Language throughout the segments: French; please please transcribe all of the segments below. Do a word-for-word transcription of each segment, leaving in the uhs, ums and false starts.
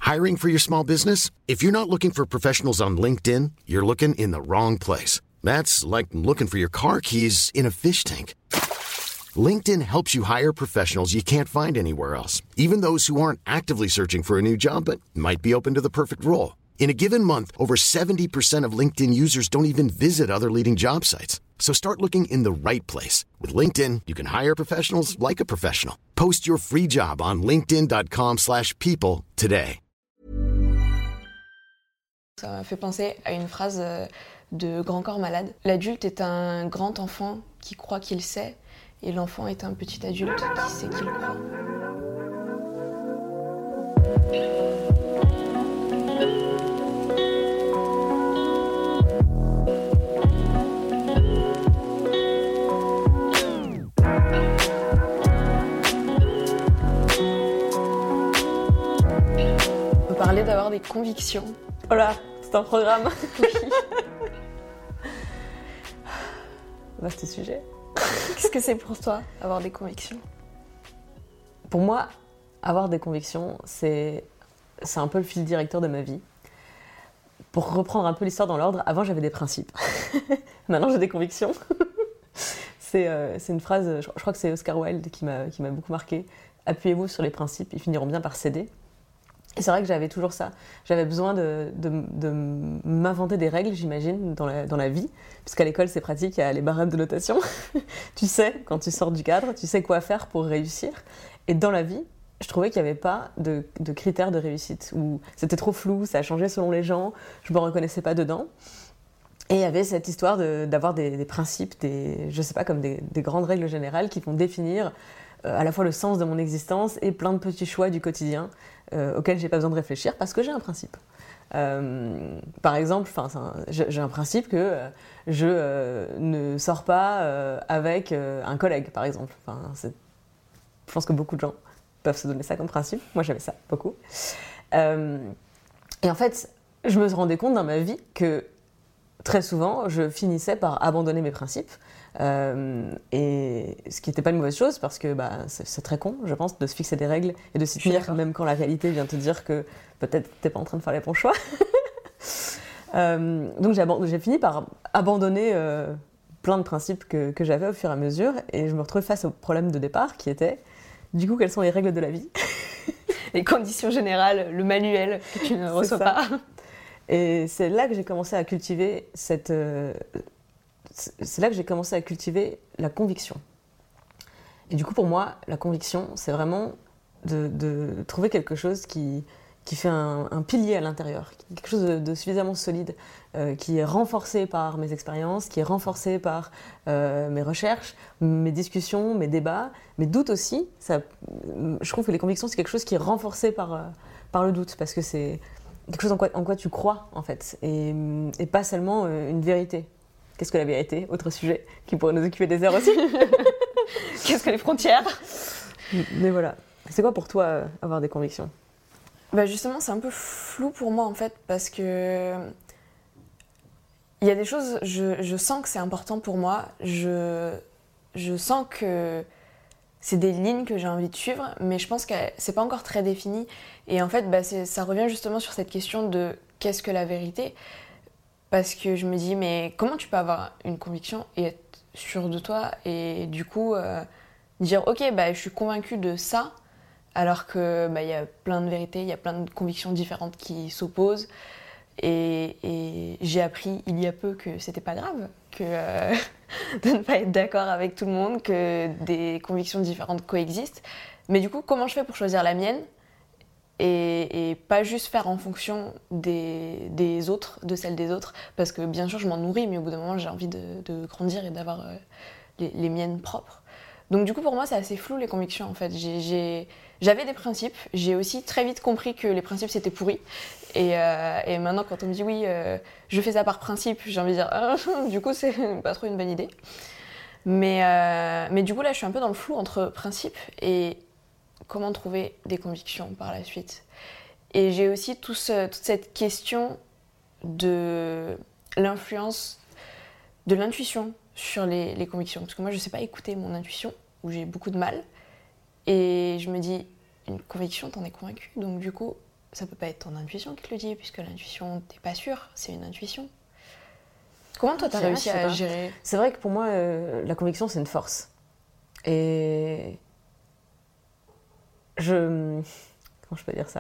Hiring for your small business? If you're not looking for professionals on LinkedIn, you're looking in the wrong place. That's like looking for your car keys in a fish tank. LinkedIn helps you hire professionals you can't find anywhere else, even those who aren't actively searching for a new job but might be open to the perfect role. In a given month, over seventy percent of LinkedIn users don't even visit other leading job sites. So start looking in the right place. With LinkedIn, you can hire professionals like a professional. Post your free job on linkedin dot com slash people today. Ça m'a fait penser à une phrase de Grand Corps Malade. L'adulte est un grand enfant qui croit qu'il sait, et l'enfant est un petit adulte qui sait qu'il croit. On peut parler d'avoir des convictions. Voilà, c'est un programme. Oui. Vaste sujet. Qu'est-ce que c'est pour toi, avoir des convictions ? Pour moi, avoir des convictions, c'est, c'est un peu le fil directeur de ma vie. Pour reprendre un peu l'histoire dans l'ordre, avant j'avais des principes. Maintenant j'ai des convictions. c'est, euh, c'est une phrase, je, je crois que c'est Oscar Wilde qui m'a, qui m'a beaucoup marqué. Appuyez-vous sur les principes, ils finiront bien par céder. Et c'est vrai que j'avais toujours ça. J'avais besoin de, de, de m'inventer des règles, j'imagine, dans la, dans la vie. Puisqu'à l'école, c'est pratique, il y a les barèmes de notation. Tu sais, quand tu sors du cadre, tu sais quoi faire pour réussir. Et dans la vie, je trouvais qu'il n'y avait pas de, de critères de réussite. Où c'était trop flou, ça a changé selon les gens, je ne me reconnaissais pas dedans. Et il y avait cette histoire de, d'avoir des, des principes, des, je ne sais pas, comme des, des grandes règles générales qui vont définir à la fois le sens de mon existence et plein de petits choix du quotidien euh, auxquels j'ai pas besoin de réfléchir parce que j'ai un principe. Euh, par exemple, un, j'ai un principe que euh, je euh, ne sors pas euh, avec euh, un collègue, par exemple. C'est, je pense que beaucoup de gens peuvent se donner ça comme principe. Moi, j'avais ça, beaucoup. Euh, et en fait, je me rendais compte dans ma vie que très souvent, je finissais par abandonner mes principes. Euh, et ce qui n'était pas une mauvaise chose parce que bah, c'est, c'est très con, je pense, de se fixer des règles et de s'y tenir même quand la réalité vient te dire que peut-être t'es pas en train de faire les bons choix. euh, donc j'ai, aband- j'ai fini par abandonner euh, plein de principes que, que j'avais au fur et à mesure et je me retrouvais face au problème de départ qui était du coup quelles sont les règles de la vie, les conditions générales, le manuel que tu ne reçois pas. Et c'est là que j'ai commencé à cultiver cette... Euh, c'est là que j'ai commencé à cultiver la conviction. Et du coup, pour moi, la conviction, c'est vraiment de, de trouver quelque chose qui, qui fait un, un pilier à l'intérieur, quelque chose de, de suffisamment solide, euh, qui est renforcé par mes expériences, qui est renforcé par euh, mes recherches, mes discussions, mes débats, mes doutes aussi. Ça, je trouve que les convictions, c'est quelque chose qui est renforcé par, euh, par le doute, parce que c'est quelque chose en quoi, en quoi tu crois, en fait, et, et pas seulement euh, une vérité. Qu'est-ce que la vérité ? Autre sujet qui pourrait nous occuper des heures aussi. Qu'est-ce que les frontières ? Mais voilà. C'est quoi pour toi euh, avoir des convictions ? Bah justement, c'est un peu flou pour moi en fait, parce que il y a des choses, je, je sens que c'est important pour moi. Je, je sens que c'est des lignes que j'ai envie de suivre, mais je pense que c'est pas encore très défini. Et en fait, bah, c'est, ça revient justement sur cette question de qu'est-ce que la vérité ? Parce que je me dis, mais comment tu peux avoir une conviction et être sûr de toi et du coup euh, dire, ok, bah, je suis convaincue de ça, alors qu'il bah, y a plein de vérités, il y a plein de convictions différentes qui s'opposent. Et, et j'ai appris il y a peu que c'était pas grave, que, euh, de ne pas être d'accord avec tout le monde, que des convictions différentes coexistent. Mais du coup, comment je fais pour choisir la mienne ? Et, et pas juste faire en fonction des, des autres, de celles des autres, parce que bien sûr je m'en nourris, mais au bout d'un moment j'ai envie de, de grandir et d'avoir euh, les, les miennes propres. Donc du coup pour moi c'est assez flou les convictions en fait. J'ai, j'ai, j'avais des principes, j'ai aussi très vite compris que les principes c'était pourri. Et, euh, et maintenant quand on me dit oui, euh, je fais ça par principe, j'ai envie de dire ah, du coup c'est pas trop une bonne idée. Mais, euh, mais du coup là je suis un peu dans le flou entre principes et comment trouver des convictions par la suite. Et j'ai aussi tout ce, toute cette question de l'influence de l'intuition sur les, les convictions. Parce que moi, je ne sais pas écouter mon intuition, où j'ai beaucoup de mal. Et je me dis, une conviction, t'en es convaincu. Donc du coup, ça peut pas être ton intuition qui te le dit, puisque l'intuition, t'es pas sûr, c'est une intuition. Comment toi, t'as Ouais, réussi je sais à pas. gérer? C'est vrai que pour moi, euh, la conviction, c'est une force. Et je... Comment je peux dire ça?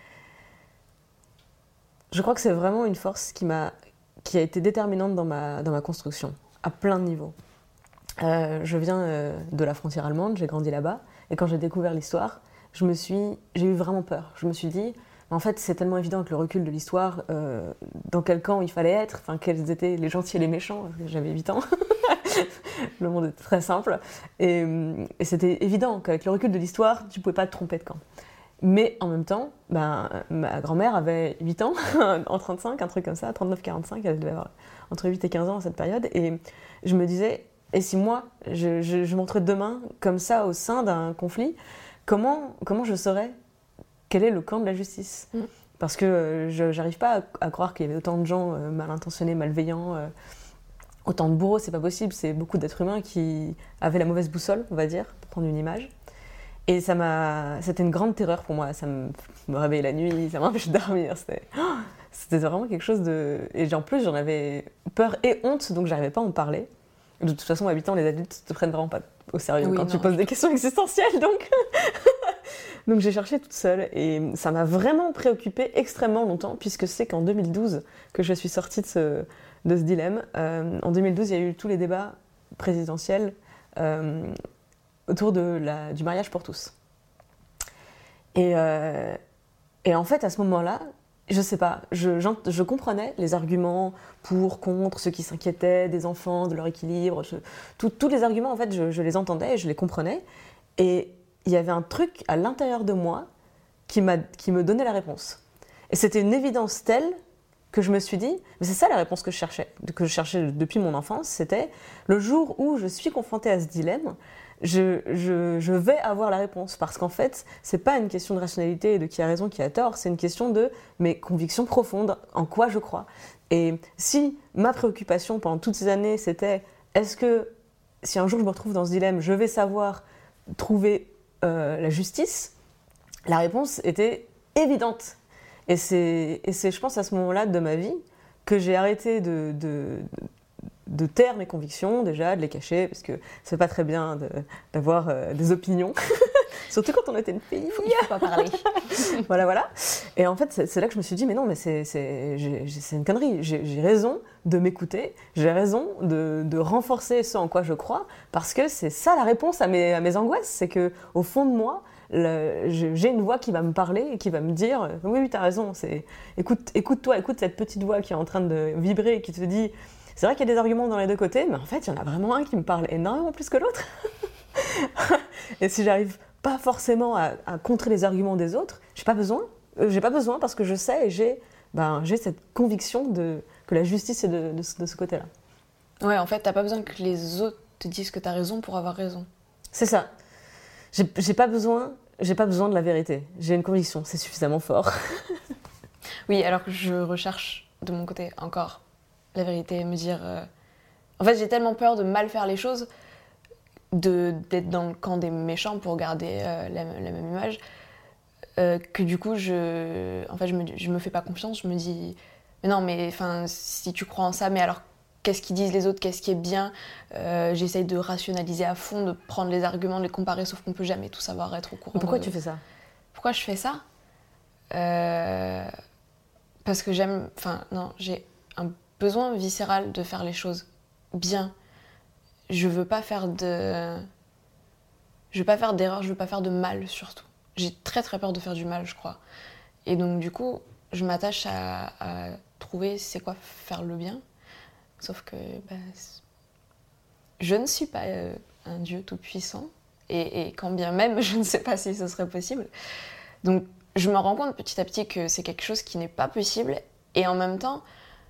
Je crois que c'est vraiment une force qui m'a, qui a été déterminante dans ma, dans ma construction, à plein de niveaux. Euh, je viens euh, de la frontière allemande, j'ai grandi là-bas, et quand j'ai découvert l'histoire, je me suis, j'ai eu vraiment peur. Je me suis dit, en fait, c'est tellement évident avec le recul de l'histoire, euh, dans quel camp il fallait être, enfin, quels étaient les gentils et les méchants. J'avais huit ans, le monde était très simple, et, et c'était évident qu'avec le recul de l'histoire, tu ne pouvais pas te tromper de camp. Mais en même temps, ben, ma grand-mère avait huit ans, en trente-cinq, un truc comme ça, trente-neuf quarante-cinq, elle devait avoir entre huit et quinze ans à cette période, et je me disais, et si moi, je, je, je m'entrais demain comme ça au sein d'un conflit, comment, comment je saurais quel est le camp de la justice? mmh. Parce que euh, je n'arrive pas à, à croire qu'il y avait autant de gens euh, mal intentionnés, malveillants, euh, autant de bourreaux, c'est pas possible, c'est beaucoup d'êtres humains qui avaient la mauvaise boussole, on va dire, pour prendre une image. Et ça m'a... c'était une grande terreur pour moi, ça me, me réveillait la nuit, ça m'empêchait de dormir, c'était... Oh, c'était vraiment quelque chose de... Et en plus, j'en avais peur et honte, donc j'arrivais pas à en parler. De toute façon, à huit ans, les adultes te prennent vraiment pas au sérieux oui, quand non, tu poses je... des questions existentielles, donc... donc j'ai cherché toute seule, et ça m'a vraiment préoccupée extrêmement longtemps, puisque c'est qu'en deux mille douze que je suis sortie de ce, de ce dilemme. Euh, en deux mille douze, il y a eu tous les débats présidentiels euh, autour de la, du mariage pour tous. Et, euh, et en fait, à ce moment-là, je sais pas, je, je comprenais les arguments pour, contre, ceux qui s'inquiétaient des enfants, de leur équilibre. Je, tout, tous les arguments, en fait, je, je les entendais et je les comprenais. Et il y avait un truc à l'intérieur de moi qui, m'a, qui me donnait la réponse. Et c'était une évidence telle que je me suis dit, mais c'est ça la réponse que je cherchais, que je cherchais depuis mon enfance, c'était le jour où je suis confrontée à ce dilemme, je, je, je vais avoir la réponse. Parce qu'en fait, c'est pas une question de rationalité et de qui a raison, qui a tort, c'est une question de mes convictions profondes, en quoi je crois. Et si ma préoccupation pendant toutes ces années, c'était, est-ce que si un jour je me retrouve dans ce dilemme, je vais savoir trouver euh, la justice, la réponse était évidente. Et c'est, et c'est, je pense, à ce moment-là de ma vie que j'ai arrêté de, de, de taire mes convictions, déjà, de les cacher, parce que c'est pas très bien de, d'avoir euh, des opinions, surtout quand on était une fille. Il faut pas parler. Voilà, voilà. Et en fait, c'est, c'est là que je me suis dit, mais non, mais c'est, c'est, j'ai, c'est une connerie. J'ai, j'ai raison de m'écouter, j'ai raison de, de renforcer ce en quoi je crois, parce que c'est ça la réponse à mes, à mes angoisses, c'est qu'au fond de moi, Le, j'ai une voix qui va me parler et qui va me dire « Oui, oui, t'as raison, c'est, écoute, écoute-toi, écoute cette petite voix qui est en train de vibrer et qui te dit « C'est vrai qu'il y a des arguments dans les deux côtés, mais en fait, il y en a vraiment un qui me parle énormément plus que l'autre. » Et si j'arrive pas forcément à, à contrer les arguments des autres, j'ai pas besoin. Euh, j'ai pas besoin parce que je sais et j'ai, ben, j'ai cette conviction de, que la justice est de, de, de ce côté-là. Ouais, en fait, t'as pas besoin que les autres te disent que t'as raison pour avoir raison. C'est ça. J'ai, j'ai pas besoin, j'ai pas besoin de la vérité. J'ai une conviction, c'est suffisamment fort. Oui, alors que je recherche de mon côté encore la vérité, me dire. Euh... En fait, j'ai tellement peur de mal faire les choses, de d'être dans le camp des méchants pour garder euh, la, la même image, euh, que du coup, je, en fait, je me, je me fais pas confiance. Je me dis, mais non, mais enfin, si tu crois en ça, mais alors. Qu'est-ce qu'ils disent les autres, qu'est-ce qui est bien, euh, j'essaye de rationaliser à fond, de prendre les arguments, de les comparer, sauf qu'on peut jamais tout savoir, être au courant. Pourquoi de... tu fais ça? Pourquoi je fais ça euh... Parce que j'aime... Enfin, non, j'ai un besoin viscéral de faire les choses bien. Je veux pas faire de... Je veux pas faire d'erreur, je veux pas faire de mal, surtout. J'ai très très peur de faire du mal, je crois. Et donc, du coup, je m'attache à, à trouver c'est quoi faire le bien. Sauf que bah, je ne suis pas euh, un Dieu tout-puissant, et, et quand bien même, je ne sais pas si ce serait possible. Donc, je me rends compte petit à petit que c'est quelque chose qui n'est pas possible, et en même temps,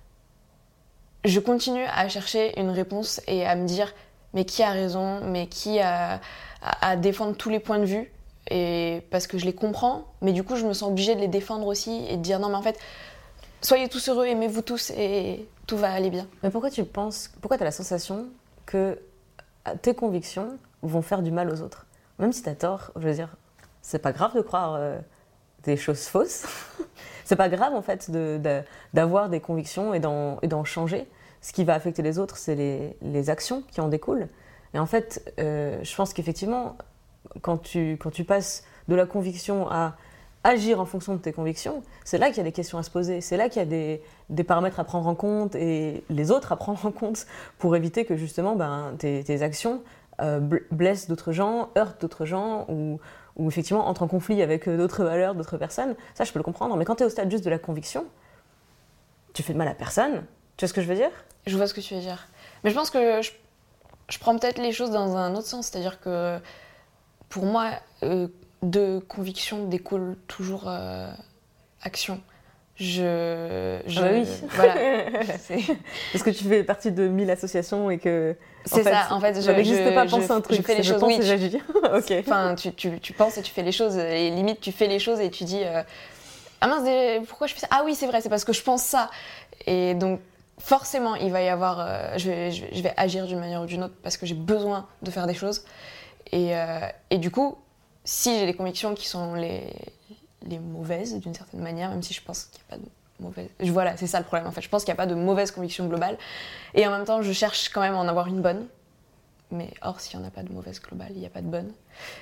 je continue à chercher une réponse et à me dire mais qui a raison, mais qui a à, à défendre tous les points de vue, et parce que je les comprends, mais du coup, je me sens obligée de les défendre aussi et de dire non, mais en fait, soyez tous heureux, aimez-vous tous, et tout va aller bien. Mais pourquoi tu penses, pourquoi tu as la sensation que tes convictions vont faire du mal aux autres? Même si tu as tort, je veux dire, c'est pas grave de croire euh, des choses fausses. C'est pas grave en fait de, de, d'avoir des convictions et d'en, et d'en changer. Ce qui va affecter les autres, c'est les, les actions qui en découlent. Et en fait, euh, je pense qu'effectivement, quand tu, quand tu passes de la conviction à agir en fonction de tes convictions, c'est là qu'il y a des questions à se poser, c'est là qu'il y a des, des paramètres à prendre en compte et les autres à prendre en compte pour éviter que justement ben, tes, tes actions euh, blessent d'autres gens, heurtent d'autres gens ou, ou effectivement entrent en conflit avec d'autres valeurs, d'autres personnes. Ça, je peux le comprendre. Mais quand tu es au stade juste de la conviction, tu fais de mal à personne. Tu vois ce que je veux dire ? Je vois ce que tu veux dire. Mais je pense que je, je prends peut-être les choses dans un autre sens. C'est-à-dire que pour moi, euh, de conviction découle toujours euh, action. Je, je ah bah oui. Voilà. C'est... Parce que tu fais partie de mille associations et que c'est en fait, ça. En fait, je ça n'existe je, pas je, penser un truc. Je fais les je choses. Pense Oui. Et j'agis. Ok. Enfin, tu, tu, tu penses et tu fais les choses. Et limite, tu fais les choses et tu dis euh, ah mince, pourquoi je fais ça ? Ah oui, c'est vrai, c'est parce que je pense ça. Et donc forcément, il va y avoir. Euh, je, vais, je, vais, je vais agir d'une manière ou d'une autre parce que j'ai besoin de faire des choses. Et, euh, et du coup, si j'ai des convictions qui sont les, les mauvaises d'une certaine manière, même si je pense qu'il n'y a pas de mauvaises... Voilà, c'est ça le problème en fait. Je pense qu'il n'y a pas de mauvaise conviction globale. Et en même temps, je cherche quand même à en avoir une bonne. Mais or, s'il n'y en a pas de mauvaise globale, il n'y a pas de bonne.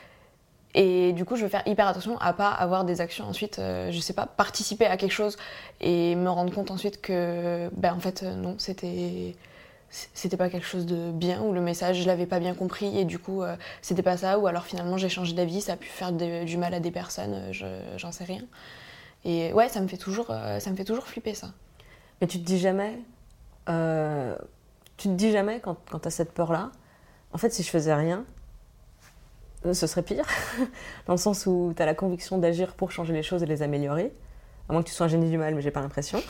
Et du coup, je vais faire hyper attention à ne pas avoir des actions ensuite, euh, je sais pas, participer à quelque chose et me rendre compte ensuite que, ben en fait, non, c'était... c'était pas quelque chose de bien, ou le message je l'avais pas bien compris et du coup euh, c'était pas ça, ou alors finalement j'ai changé d'avis, ça a pu faire de, du mal à des personnes, je, j'en sais rien. Et ouais, ça me fait toujours, euh, ça me fait toujours flipper ça. Mais tu te dis jamais, euh, tu te dis jamais quand, quand t'as cette peur-là, en fait si je faisais rien, ce serait pire, dans le sens où t'as la conviction d'agir pour changer les choses et les améliorer, à moins que tu sois un génie du mal, mais j'ai pas l'impression.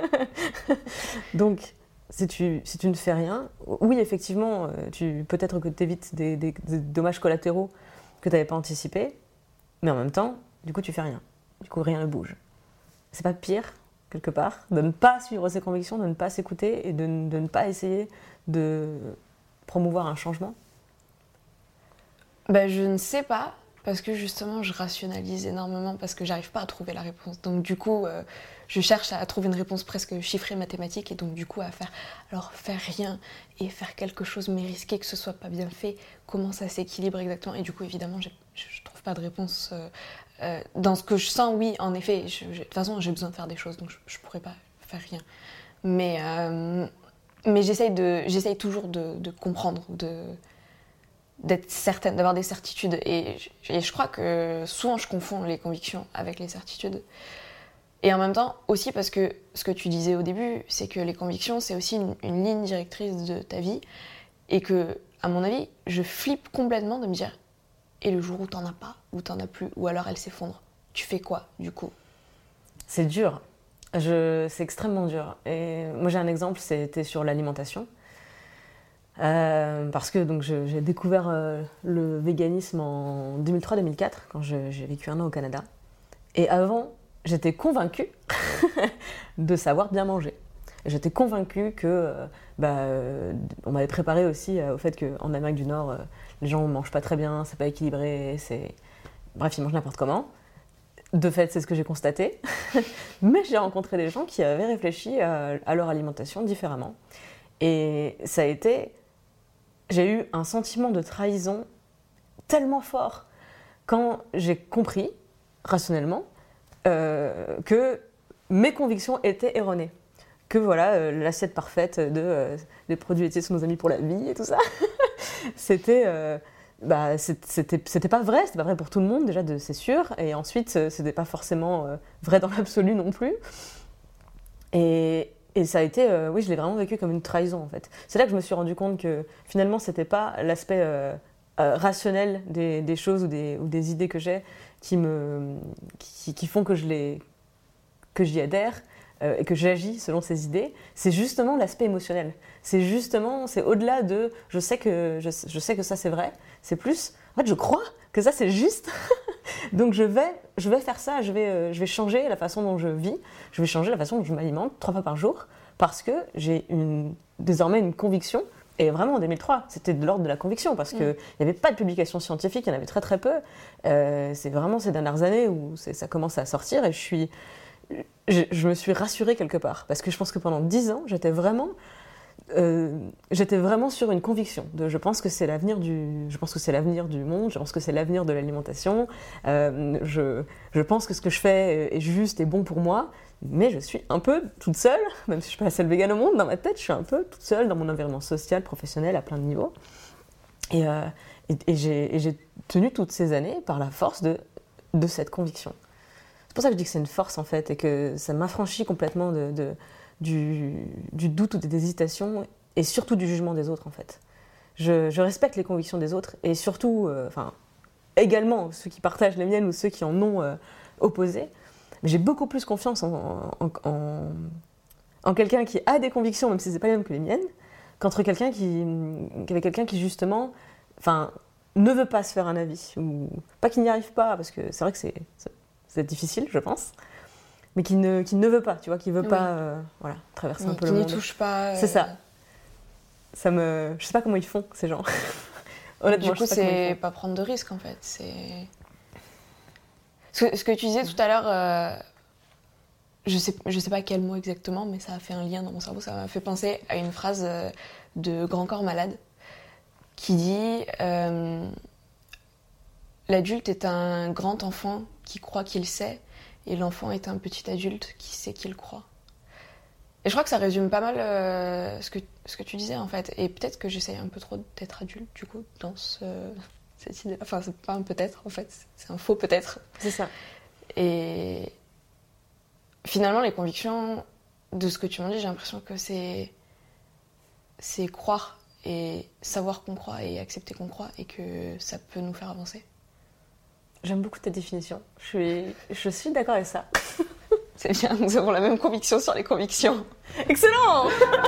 Donc Si tu, si tu ne fais rien, oui, effectivement, tu, peut-être que tu évites des, des, des dommages collatéraux que tu n'avais pas anticipés, mais en même temps, du coup, tu fais rien. Du coup, rien ne bouge. C'est pas pire, quelque part, de ne pas suivre ses convictions, de ne pas s'écouter et de, de ne pas essayer de promouvoir un changement ? Ben, je ne sais pas, parce que justement, je rationalise énormément, parce que j'arrive pas à trouver la réponse. Donc du coup... Euh, je cherche à trouver une réponse presque chiffrée mathématique et donc du coup à faire alors faire rien et faire quelque chose mais risquer que ce soit pas bien fait, comment ça s'équilibre exactement, et du coup évidemment j'ai, je, je trouve pas de réponse euh, euh, dans ce que je sens. Oui, en effet, je, je, de toute façon j'ai besoin de faire des choses, donc je, je pourrais pas faire rien, mais euh, mais j'essaye de j'essaye toujours de, de comprendre, de d'être certaine, d'avoir des certitudes, et, et je crois que souvent je confonds les convictions avec les certitudes. Et en même temps, aussi parce que ce que tu disais au début, c'est que les convictions, c'est aussi une, une ligne directrice de ta vie. Et que, à mon avis, je flippe complètement de me dire « Et le jour où t'en as pas, ou t'en as plus, ou alors elle s'effondre, tu fais quoi, du coup ?» C'est dur. Je... C'est extrêmement dur. Et moi, j'ai un exemple, c'était sur l'alimentation. Euh, parce que donc, je, j'ai découvert euh, le véganisme en deux mille trois deux mille quatre, quand je, j'ai vécu un an au Canada. Et avant... j'étais convaincue de savoir bien manger. J'étais convaincue que, euh, bah, euh, on m'avait préparé aussi euh, au fait qu'en Amérique du Nord, euh, les gens ne mangent pas très bien, c'est pas équilibré, c'est... bref, ils mangent n'importe comment. De fait, c'est ce que j'ai constaté. Mais j'ai rencontré des gens qui avaient réfléchi à, à leur alimentation différemment. Et ça a été... j'ai eu un sentiment de trahison tellement fort quand j'ai compris, rationnellement, Euh, que mes convictions étaient erronées. Que voilà, euh, l'assiette parfaite de, euh, des produits laitiers sont nos amis pour la vie et tout ça, c'était, euh, bah, c'était, c'était pas vrai, c'était pas vrai pour tout le monde déjà, de, c'est sûr, et ensuite c'était pas forcément euh, vrai dans l'absolu non plus. Et, et ça a été, euh, oui, je l'ai vraiment vécu comme une trahison en fait. C'est là que je me suis rendu compte que finalement c'était pas l'aspect euh, euh, rationnel des, des choses ou des, ou des idées que j'ai qui, me, qui, qui font que, je les, que j'y adhère euh, et que j'agis selon ces idées, c'est justement l'aspect émotionnel. C'est justement, c'est au-delà de « je sais que, je, je sais que ça c'est vrai », c'est plus « en fait je crois que ça c'est juste, donc je vais, je vais faire ça, je vais, euh, je vais changer la façon dont je vis, je vais changer la façon dont je m'alimente trois fois par jour, parce que j'ai une, désormais une conviction Et vraiment en deux mille trois, c'était de l'ordre de la conviction parce qu'il n'y avait pas de publications scientifiques, il y en avait très très peu. Euh, c'est vraiment ces dernières années où c'est, ça commence à sortir et je, suis, je, je me suis rassurée quelque part. Parce que je pense que pendant dix ans, j'étais vraiment, euh, j'étais vraiment sur une conviction. De, je, pense que c'est l'avenir du, je pense que c'est l'avenir du monde, je pense que c'est l'avenir de l'alimentation. Euh, je, je pense que ce que je fais est juste et bon pour moi. Mais je suis un peu toute seule, même si je suis pas la seule végane au monde, dans ma tête, je suis un peu toute seule dans mon environnement social, professionnel, à plein de niveaux. Et, euh, et, et, j'ai, et j'ai tenu toutes ces années par la force de, de cette conviction. C'est pour ça que je dis que c'est une force, en fait, et que ça m'affranchit complètement de, de, du, du doute ou des hésitations, et surtout du jugement des autres, en fait. Je, je respecte les convictions des autres, et surtout, euh, enfin, également ceux qui partagent les miennes ou ceux qui en ont euh, opposé. Mais j'ai beaucoup plus confiance en, en, en, en quelqu'un qui a des convictions, même si ce n'est pas les mêmes que les miennes, qu'entre quelqu'un qui, qu'avec quelqu'un qui, justement, enfin, ne veut pas se faire un avis. Ou, pas qu'il n'y arrive pas, parce que c'est vrai que c'est, c'est, c'est difficile, je pense, mais qui ne, qui ne veut pas, tu vois, qui ne veut oui. pas euh, voilà, traverser oui, un peu le monde. Qui n'y touche pas. Euh... C'est ça. Ça me... Je ne sais pas comment ils font, ces gens. Honnêtement, du coup, c'est pas prendre de risques, en fait. C'est... Ce que, ce que tu disais tout à l'heure, euh, je sais, je sais pas quel mot exactement, mais ça a fait un lien dans mon cerveau, ça m'a fait penser à une phrase euh, de Grand Corps Malade qui dit euh, « L'adulte est un grand enfant qui croit qu'il sait, et l'enfant est un petit adulte qui sait qu'il croit. » Et je crois que ça résume pas mal euh, ce, que, ce que tu disais, en fait. Et peut-être que j'essaye un peu trop d'être adulte, du coup, dans ce... cette idée. Enfin, c'est pas un peut-être, en fait, c'est un faux peut-être. C'est ça. Et finalement, les convictions, de ce que tu m'as dit, j'ai l'impression que c'est, c'est croire et savoir qu'on croit et accepter qu'on croit et que ça peut nous faire avancer. J'aime beaucoup ta définition. Je suis, je suis d'accord avec ça. C'est bien, nous avons la même conviction sur les convictions. Excellent!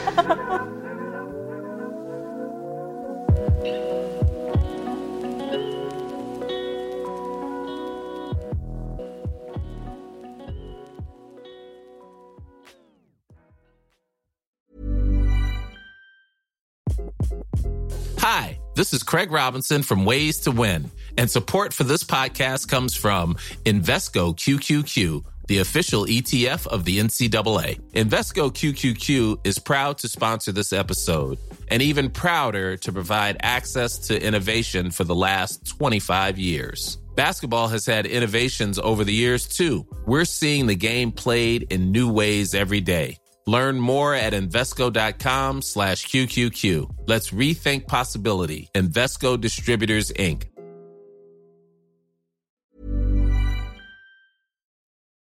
Hi, this is Craig Robinson from Ways to Win, and support for this podcast comes from Invesco Q Q Q, the official E T F of the N C double A. Invesco Q Q Q is proud to sponsor this episode, and even prouder to provide access to innovation for the last twenty-five years. Basketball has had innovations over the years, too. We're seeing the game played in new ways every day. Learn more at Invesco.com slash QQQ. Let's rethink possibility. Invesco Distributors, Incorporated.